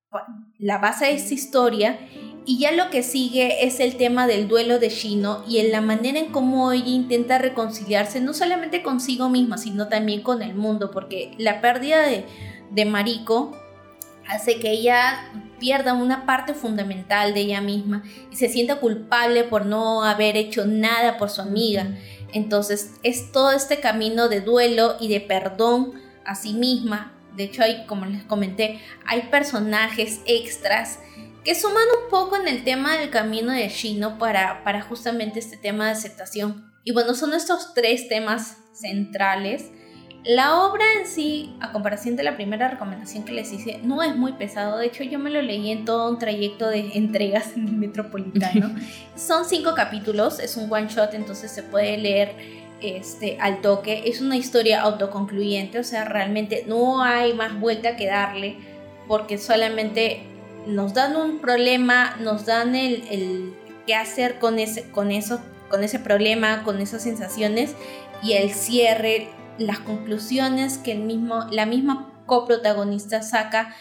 la base de esta historia, y ya lo que sigue es el tema del duelo de Shino y en la manera en cómo ella intenta reconciliarse no solamente consigo misma, sino también con el mundo, porque la pérdida de, de Mariko hace que ella pierda una parte fundamental de ella misma y se sienta culpable por no haber hecho nada por su amiga. Entonces es todo este camino de duelo y de perdón a sí misma. De hecho, hay, como les comenté, hay personajes extras que suman un poco en el tema del camino de Shino para, para justamente este tema de aceptación. Y bueno, son estos tres temas centrales. La obra en sí, a comparación de la primera recomendación que les hice, no es muy pesado. De hecho, yo me lo leí en todo un trayecto de entregas en el Metropolitano. Son cinco capítulos, es un one shot, entonces se puede leer este, al toque. Es una historia autoconcluyente, o sea, realmente no hay más vuelta que darle, porque solamente nos dan un problema, nos dan el, el qué hacer con ese, con, eso, con ese problema, con esas sensaciones, y el cierre, las conclusiones que el mismo, la misma coprotagonista saca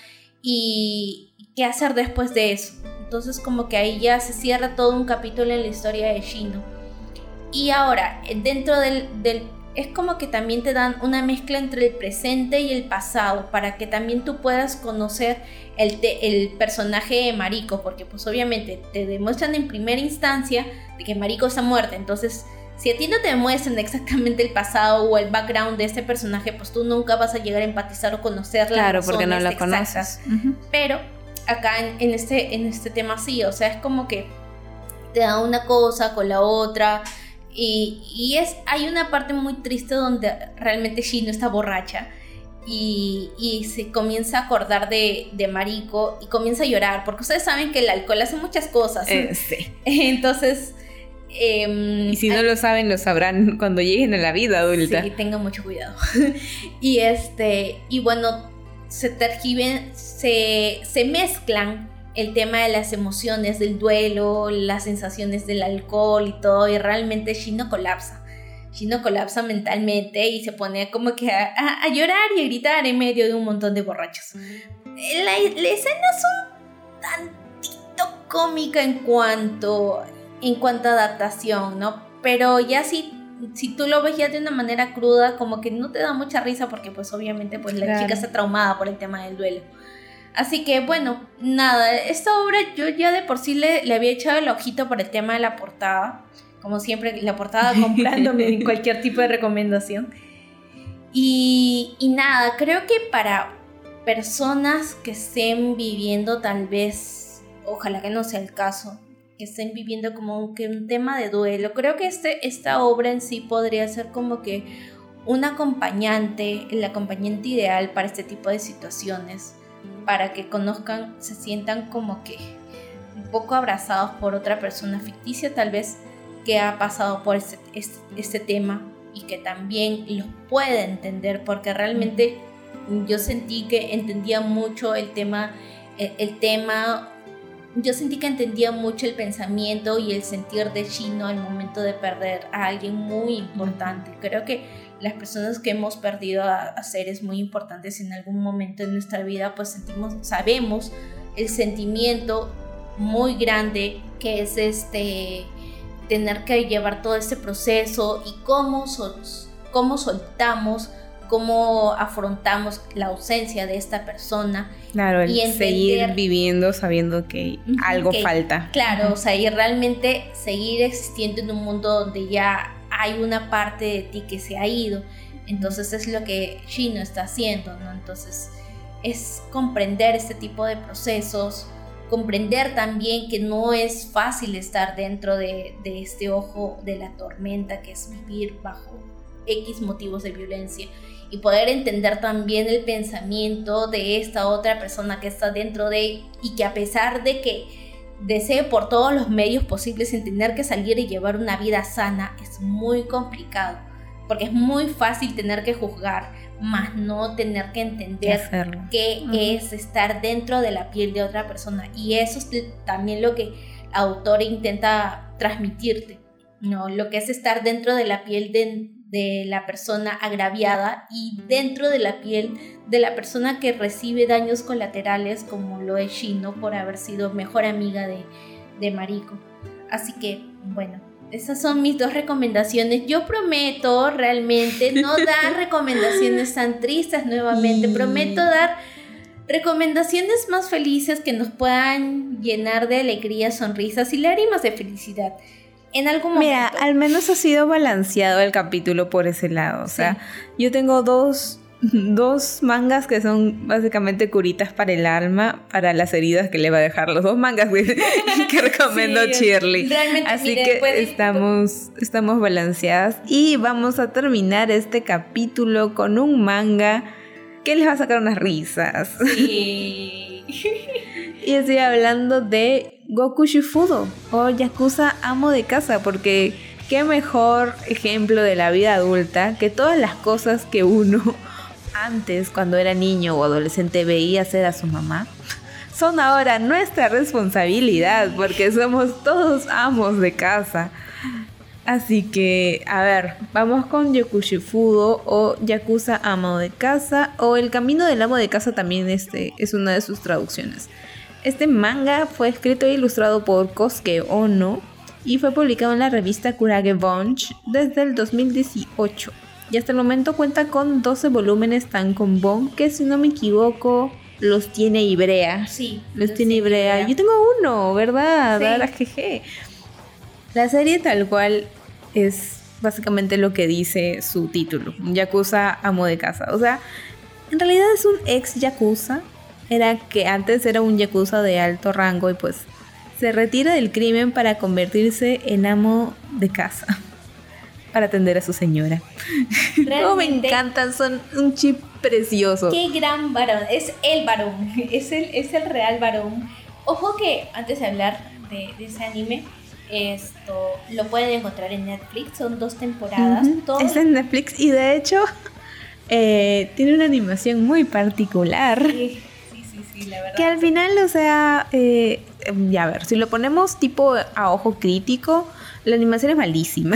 y qué hacer después de eso. Entonces como que ahí ya se cierra todo un capítulo en la historia de Shino. Y ahora, dentro del, del es como que también te dan una mezcla entre el presente y el pasado para que también tú puedas conocer el, te, el personaje de Mariko, porque pues obviamente te demuestran en primera instancia de que Mariko está muerta. Entonces si a ti no te muestran exactamente el pasado o el background de este personaje, pues tú nunca vas a llegar a empatizar o conocerla. Claro, porque no la conoces. Uh-huh. Pero acá en, en, este, en este tema sí, o sea, es como que te da una cosa con la otra. Y, y es, hay una parte muy triste donde realmente Shino está borracha y, y se comienza a acordar de, de Mariko y comienza a llorar, porque ustedes saben que el alcohol hace muchas cosas. Eh, sí. Entonces... Eh, y si no lo saben, lo sabrán cuando lleguen a la vida adulta. Sí, tengan mucho cuidado. y este y bueno, se tergiven, se, se mezclan el tema de las emociones, del duelo, las sensaciones del alcohol y todo, y realmente Shino colapsa. Shino colapsa mentalmente y se pone como que a, a, a llorar y a gritar en medio de un montón de borrachos. La, la escena es un tantito cómica en cuanto... en cuanto a adaptación, ¿no? Pero ya si, si tú lo ves ya de una manera cruda, como que no te da mucha risa porque pues obviamente pues la claro. chica está traumada por el tema del duelo. Así que bueno, nada, esta obra yo ya de por sí le, le había echado el ojito por el tema de la portada. Como siempre, la portada comprándome en cualquier tipo de recomendación. Y, y nada, creo que para personas que estén viviendo tal vez, ojalá que no sea el caso, que estén viviendo como un, que un tema de duelo, creo que este, esta obra en sí podría ser como que un acompañante, el acompañante ideal para este tipo de situaciones, para que conozcan, se sientan como que un poco abrazados por otra persona ficticia tal vez que ha pasado por este, este, este tema y que también los puede entender, porque realmente yo sentí que entendía mucho el tema, el, el tema Yo sentí que entendía mucho el pensamiento y el sentir de Shino al momento de perder a alguien muy importante. Creo que las personas que hemos perdido a, a seres muy importantes en algún momento de nuestra vida, pues sentimos, sabemos el sentimiento muy grande que es este tener que llevar todo este proceso y cómo, sol, cómo soltamos, cómo afrontamos la ausencia de esta persona. Claro, el y entender, seguir viviendo sabiendo que algo que, falta. Claro, uh-huh. o sea, y realmente seguir existiendo en un mundo donde ya hay una parte de ti que se ha ido. Entonces es lo que Shino está haciendo, ¿no? Entonces es comprender este tipo de procesos, comprender también que no es fácil estar dentro de, de este ojo de la tormenta que es vivir bajo X motivos de violencia. Y poder entender también el pensamiento de esta otra persona que está dentro de y que a pesar de que desee por todos los medios posibles en tener que salir y llevar una vida sana, es muy complicado, porque es muy fácil tener que juzgar, más no tener que entender qué uh-huh. es estar dentro de la piel de otra persona. Y eso es también lo que el autor intenta transmitirte, ¿no? Lo que es estar dentro de la piel de de la persona agraviada y dentro de la piel de la persona que recibe daños colaterales, como lo es Shino por haber sido mejor amiga de, de Mariko. Así que, bueno, esas son mis dos recomendaciones. Yo prometo realmente no dar recomendaciones tan tristes nuevamente. Prometo dar recomendaciones más felices que nos puedan llenar de alegría, sonrisas y lágrimas de felicidad. En algún momento. Mira, al menos ha sido balanceado el capítulo por ese lado. O Sí. sea, yo tengo dos, dos mangas que son básicamente curitas para el alma, para las heridas que le va a dejar. Los dos mangas que, que recomiendo Sí, Shirley. realmente, Así mire, que puede- estamos, estamos balanceadas. Y vamos a terminar este capítulo con un manga que les va a sacar unas risas. Sí. Y estoy hablando de Goku Shifudo o Yakuza Amo de Casa, porque qué mejor ejemplo de la vida adulta que todas las cosas que uno antes, cuando era niño o adolescente, veía hacer a su mamá, son ahora nuestra responsabilidad, porque somos todos amos de casa. Así que, a ver, vamos con Goku Shifudo o Yakuza Amo de Casa, o El Camino del Amo de Casa también este, es una de sus traducciones. Este manga fue escrito e ilustrado por Kosuke Ono y fue publicado en la revista Kurage Bunch desde el dos mil dieciocho. Y hasta el momento cuenta con doce volúmenes tankobon, que si no me equivoco los tiene Ibrea. Sí. Los tiene Ibrea. Yo tengo uno, ¿verdad? Sí. Ahora, jeje. La serie tal cual es básicamente lo que dice su título, Yakuza Amo de Casa. O sea, en realidad es un ex Yakuza. Era que antes era un Yakuza de alto rango y pues se retira del crimen para convertirse en amo de casa. Para atender a su señora. Como me Realmente, encantan, son un chip precioso. qué gran varón. Es el varón. Es el, es el real varón. Ojo que antes de hablar de, de ese anime, esto lo pueden encontrar en Netflix. Son dos temporadas. Ujú. Todo- Está en Netflix y de hecho eh, tiene una animación muy particular. Sí, sí, sí, sí, la verdad. Que al final, o sea, eh, ya a ver, si lo ponemos tipo a ojo crítico, la animación es malísima.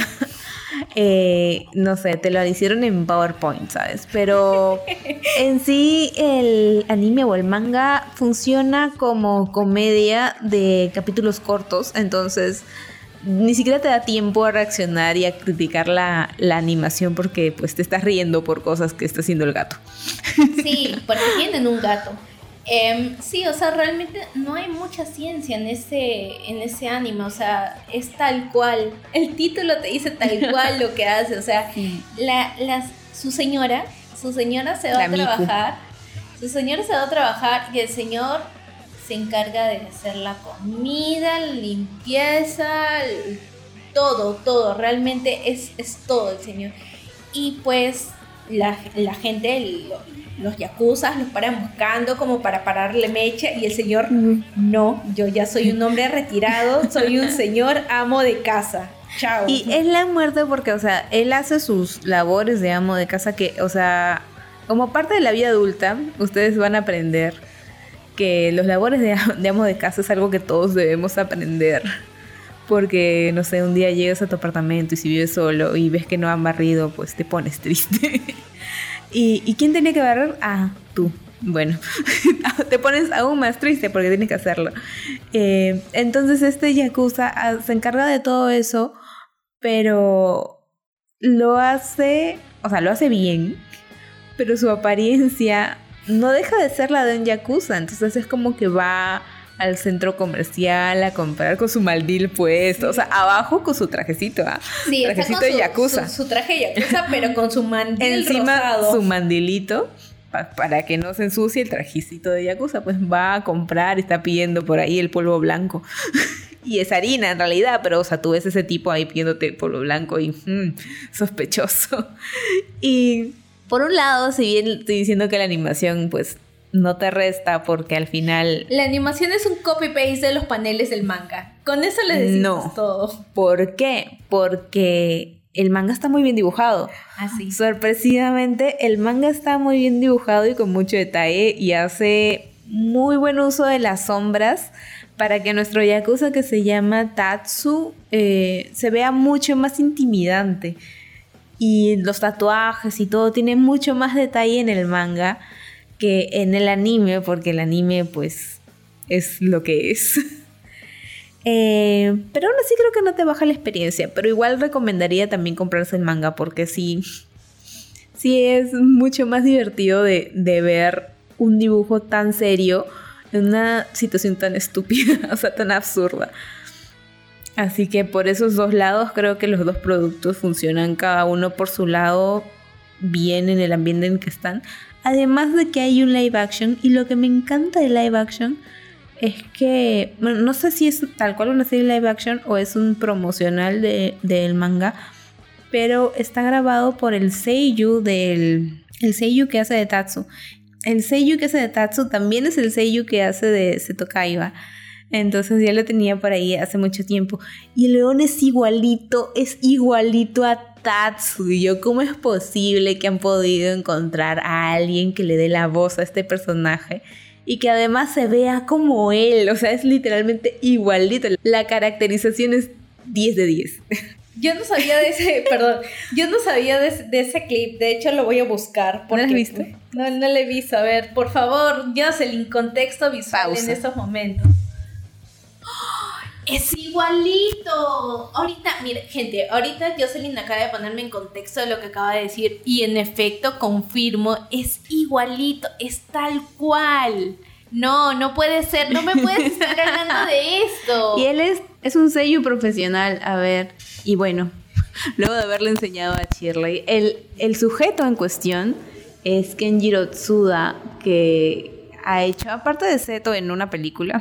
Eh, no sé, te lo hicieron en PowerPoint, ¿sabes? Pero en sí el anime o el manga funciona como comedia de capítulos cortos, entonces ni siquiera te da tiempo a reaccionar y a criticar la, la animación porque pues te estás riendo por cosas que está haciendo el gato. Sí, porque tienen un gato. Em, sí, o sea, realmente no hay mucha ciencia en ese, en ese anime, o sea, es tal cual. El título te dice tal cual lo que hace, o sea, la, la, su señora, su señora se va La a Miku. trabajar, su señora se va a trabajar y el señor se encarga de hacer la comida, la limpieza, el- todo, todo, realmente es, es todo el señor. Y pues la, la gente, el- los yakuzas los paran buscando como para pararle mecha y el señor, no, yo ya soy un hombre retirado, soy un señor amo de casa. Chao. Y es la muerte porque, o sea, él hace sus labores de amo de casa que, o sea, como parte de la vida adulta, ustedes van a aprender que los labores de, de amo de casa es algo que todos debemos aprender. Porque, no sé, un día llegas a tu apartamento y si vives solo y ves que no han barrido, pues te pones triste. ¿Y, ¿y quién tenía que barrer? Ah, tú. Bueno, te pones aún más triste porque tienes que hacerlo. Eh, entonces este Yakuza ah, se encarga de todo eso, pero lo hace, o sea, lo hace bien, pero su apariencia no deja de ser la de un Yakuza. Entonces es como que va al centro comercial a comprar con su mandil puesto, o sea, abajo con su trajecito, ¿ah? Sí, está Trajecito con de su, Yakuza. Su, su traje de yakuza, pero con su mandil Encima rosado. su mandilito pa- para que no se ensucie el trajecito de Yakuza, pues va a comprar, está pidiendo por ahí el polvo blanco. Y es harina en realidad, pero o sea, tú ves ese tipo ahí pidiéndote el polvo blanco y mm, sospechoso. Y por un lado, si bien estoy diciendo que la animación pues no te resta porque al final La animación es un copy-paste de los paneles del manga. Con eso le decimos No. todo. ¿por qué? Porque el manga está muy bien dibujado. Así. Sorpresivamente, el manga está muy bien dibujado y con mucho detalle y hace muy buen uso de las sombras para que nuestro Yakuza, que se llama Tatsu, eh, se vea mucho más intimidante. Y los tatuajes y todo tiene mucho más detalle en el manga que en el anime, porque el anime pues es lo que es. Eh, pero aún así creo que no te baja la experiencia, pero igual recomendaría también comprarse el manga porque sí, sí es mucho más divertido de, de ver un dibujo tan serio en una situación tan estúpida, o sea, tan absurda. Así que por esos dos lados creo que los dos productos funcionan cada uno por su lado bien en el ambiente en el que están. Además de que hay un live action, y lo que me encanta de live action es que, bueno, no sé si es tal cual una serie live action o es un promocional de, del manga, pero está grabado por el seiyuu del el seiyuu que hace de Tatsu. El seiyuu que hace de Tatsu también es el seiyuu que hace de Seto Kaiba. Entonces ya lo tenía por ahí hace mucho tiempo. Y el león es igualito, es igualito a Tatsu. Y yo, ¿cómo es posible que han podido encontrar a alguien que le dé la voz a este personaje? Y que además se vea como él. O sea, es literalmente igualito. La caracterización es diez de diez. Yo no sabía de ese, perdón, yo no sabía de, de ese clip. De hecho, lo voy a buscar. Porque, ¿no lo has visto? No, no lo he visto. A ver, por favor, Jocelyn, contexto visual Pausa. En estos momentos. Es igualito. Ahorita, mire, gente, ahorita Jocelyn acaba de ponerme en contexto de lo que acaba de decir y en efecto confirmo, es igualito, es tal cual. No, no puede ser, no me puedes estar hablando de esto. Y él es, es un seiyuu profesional, a ver, y bueno, luego de haberle enseñado a Shirley, el, el sujeto en cuestión es Kenjiro Tsuda, que ha hecho, aparte de Seto en una película...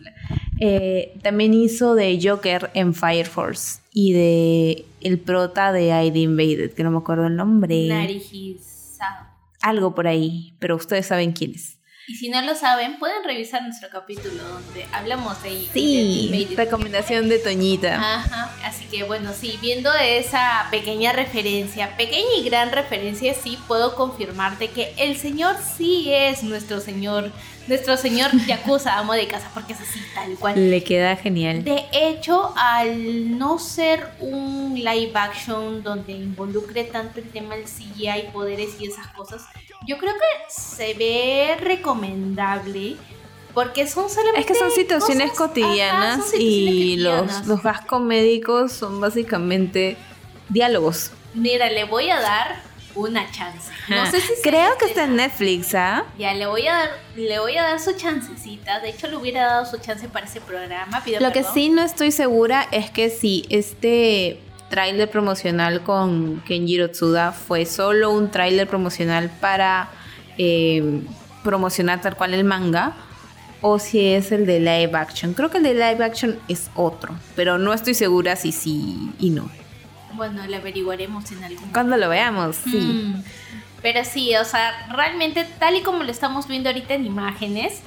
Eh, también hizo de Joker en Fire Force y de el prota de I D Invaded, que no me acuerdo el nombre. Narihisa. Algo por ahí, pero ustedes saben quién es. Y si no lo saben, pueden revisar nuestro capítulo donde hablamos de Sí, de Invaded. Recomendación de Toñita. Ajá, así que bueno, sí, viendo esa pequeña referencia, pequeña y gran referencia, sí puedo confirmarte que el señor sí es nuestro señor, nuestro señor Yakuza, amo de casa, porque es así, tal cual. Le queda genial. De hecho, al no ser un live action donde involucre tanto el tema del C G I, poderes y esas cosas, yo creo que se ve recomendable porque son solamente es que son situaciones cosas, cotidianas, ajá, son situaciones y cotidianas. Los, los gastos médicos son básicamente diálogos. Mira, le voy a dar una chance. No sé si creo que está en Netflix, ¿ah? Ya le voy a dar, le voy a dar su chancecita. De hecho, le hubiera dado su chance para ese programa. Pido Lo perdón. que sí no estoy segura es que si este tráiler promocional con Kenjiro Tsuda fue solo un tráiler promocional para eh, promocionar tal cual el manga, o si es el de live action. Creo que el de live action es otro, pero no estoy segura si sí y no. Bueno, lo averiguaremos en algún momento. Cuando lo veamos, sí. Mm, pero sí, o sea, realmente tal y como lo estamos viendo ahorita en imágenes,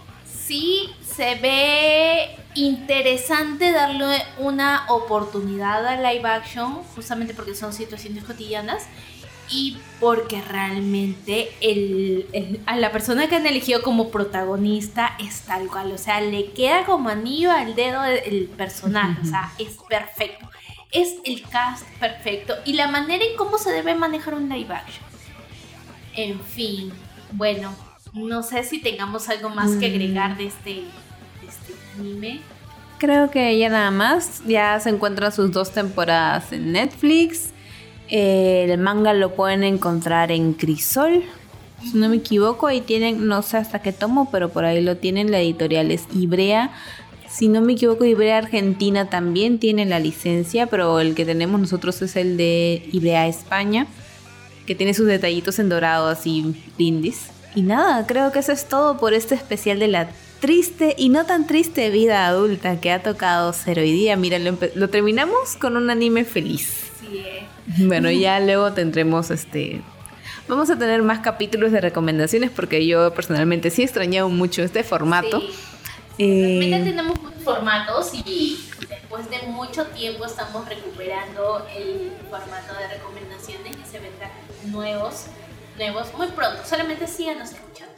sí se ve interesante darle una oportunidad a live action, justamente porque son situaciones cotidianas y porque realmente el, el, a la persona que han elegido como protagonista es tal cual, o sea, le queda como anillo al dedo el personaje, o sea, es perfecto. Es el cast perfecto y la manera en cómo se debe manejar un live action. En fin, bueno, no sé si tengamos algo más que agregar de este, de este anime. Creo que ya nada más. Ya se encuentran sus dos temporadas en Netflix. Eh, el manga lo pueden encontrar en Crisol, si no me equivoco. Ahí tienen, no sé hasta qué tomo, pero por ahí lo tienen. La editorial es Ibrea. Si no me equivoco, Ibrea Argentina también tiene la licencia, pero el que tenemos nosotros es el de Ibrea España, que tiene sus detallitos en dorado así lindis. Y nada, creo que eso es todo por este especial de la triste y no tan triste vida adulta que ha tocado ser hoy día. Mira, lo, empe- lo terminamos con un anime feliz. Sí, eh. Bueno, ya luego tendremos este... Vamos a tener más capítulos de recomendaciones porque yo personalmente sí he extrañado mucho este formato. Sí. Realmente eh... tenemos muchos formatos y después de mucho tiempo estamos recuperando el formato de recomendaciones y se vendrán nuevos, nuevos muy pronto. Solamente síganos escuchando.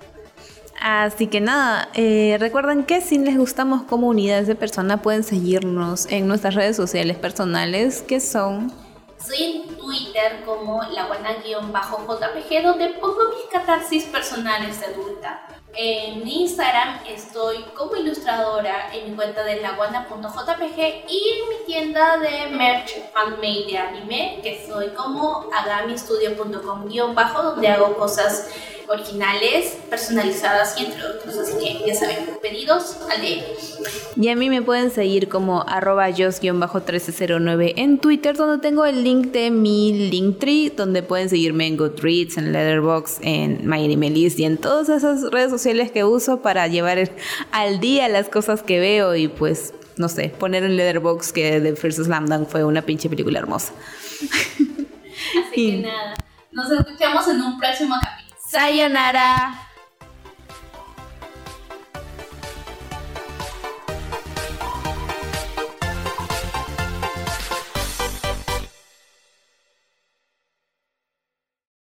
Así que nada, eh, recuerden que si les gustamos como unidades de persona pueden seguirnos en nuestras redes sociales personales que son... Soy en Twitter como laguana-J P G, donde pongo mis catarsis personales de adulta. En Instagram estoy como ilustradora en mi cuenta de laguana punto J P G y en mi tienda de merch handmade de anime, que soy como agamistudio punto com guión bajo, donde hago cosas originales, personalizadas y entre otros. Así que ya saben, pedidos al D M. Y a mí me pueden seguir como arroba jos trece cero nueve en Twitter, donde tengo el link de mi Linktree, donde pueden seguirme en Goodreads, en Letterboxd, en MyAnimeList y en todas esas redes sociales que uso para llevar al día las cosas que veo y pues, no sé, poner en Letterboxd que The First Slam Dunk fue una pinche película hermosa. Así que nada, nos escuchamos en un próximo capítulo. ¡Sayonara!